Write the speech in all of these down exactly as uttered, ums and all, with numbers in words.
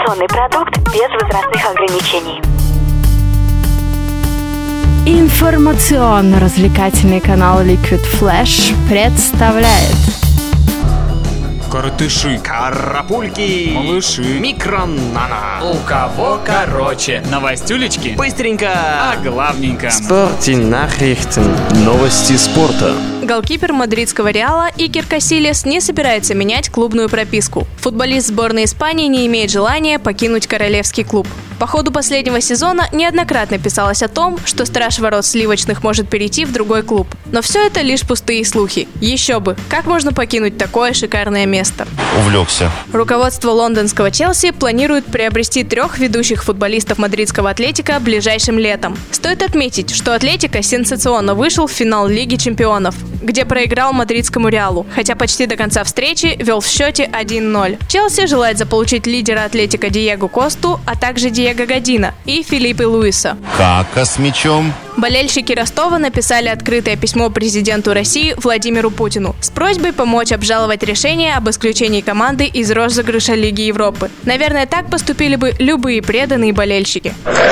Информационный продукт без возрастных ограничений. Информационно-развлекательный канал Liquid Flash представляет Коротыши, карапульки, малыши, микронана. У кого короче? Новостюлечки? Быстренько, а главненько. Спортнахрихтен. Новости спорта. Голкипер мадридского Реала Икер Касильяс не собирается менять клубную прописку. Футболист сборной Испании не имеет желания покинуть королевский клуб. По ходу последнего сезона неоднократно писалось о том, что страж ворот сливочных может перейти в другой клуб. Но все это лишь пустые слухи. Еще бы, как можно покинуть такое шикарное место? Увлекся. Руководство лондонского Челси планирует приобрести трех ведущих футболистов мадридского Атлетико ближайшим летом. Стоит отметить, что Атлетико сенсационно вышел в финал Лиги Чемпионов, где проиграл мадридскому Реалу, хотя почти до конца встречи вел в счете один ноль. Челси желает заполучить лидера Атлетико Диего Косту, а также Диего Година и Филиппе Луиса. Кака с мячом. Болельщики Ростова написали открытое письмо президенту России Владимиру Путину с просьбой помочь обжаловать решение об исключении команды из розыгрыша Лиги Европы. Наверное, так поступили бы любые преданные болельщики.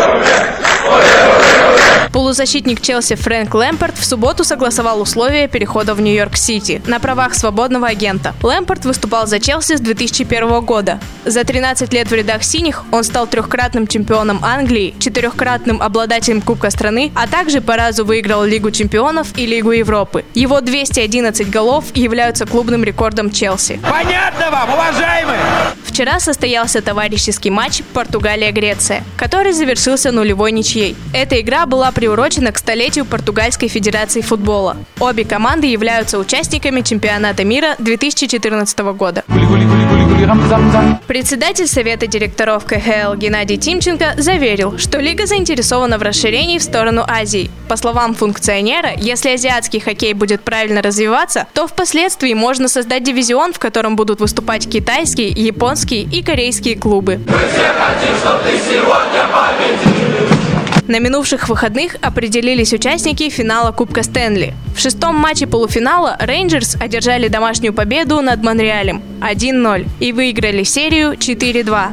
Полузащитник Челси Фрэнк Лэмпард в субботу согласовал условия перехода в Нью-Йорк-Сити на правах свободного агента. Лэмпард выступал за Челси с две тысячи первого года. За тринадцать лет в рядах синих он стал трехкратным чемпионом Англии, четырехкратным обладателем Кубка страны, а также по разу выиграл Лигу чемпионов и Лигу Европы. Его двести одиннадцать голов являются клубным рекордом Челси. Понятно вам, уважаемые! Вчера состоялся товарищеский матч Португалия-Греция, который завершился нулевой ничьей. Эта игра была приурочена к столетию Португальской Федерации футбола. Обе команды являются участниками чемпионата мира две тысячи четырнадцатого года. Председатель Совета директоров ка ха эл Геннадий Тимченко заверил, что лига заинтересована в расширении в сторону Азии. По словам функционера, если азиатский хоккей будет правильно развиваться, то впоследствии можно создать дивизион, в котором будут выступать китайские, японские и корейские клубы. Мы все хотим, чтобы ты сегодня победил. На минувших выходных определились участники финала Кубка Стэнли. В шестом матче полуфинала Рейнджерс одержали домашнюю победу над Монреалем один ноль и выиграли серию четыре два.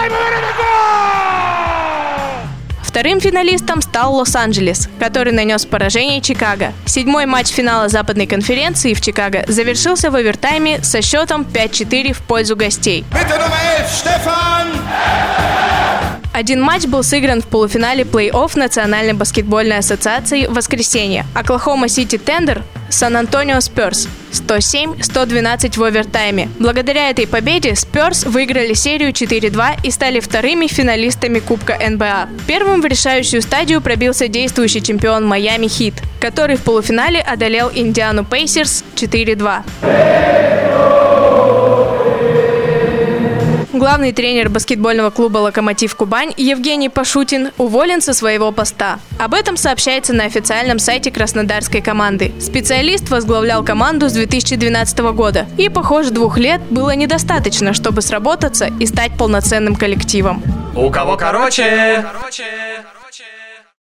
Вторым финалистом стал Лос-Анджелес, который нанес поражение Чикаго. Седьмой матч финала Западной конференции в Чикаго завершился в овертайме со счетом пять четыре в пользу гостей. Один матч был сыгран в полуфинале плей-офф Национальной баскетбольной ассоциации в воскресенье. Оклахома Сити Тендер, Сан-Антонио Спёрс сто семь сто двенадцать в овертайме. Благодаря этой победе Спёрс выиграли серию четыре два и стали вторыми финалистами Кубка эн бэ а. Первым в решающую стадию пробился действующий чемпион Майами Хит, который в полуфинале одолел Индиану Пейсерс четыре два. Главный тренер баскетбольного клуба «Локомотив Кубань» Евгений Пашутин уволен со своего поста. Об этом сообщается на официальном сайте краснодарской команды. Специалист возглавлял команду с две тысячи двенадцатого года. И, похоже, двух лет было недостаточно, чтобы сработаться и стать полноценным коллективом. У кого короче? короче.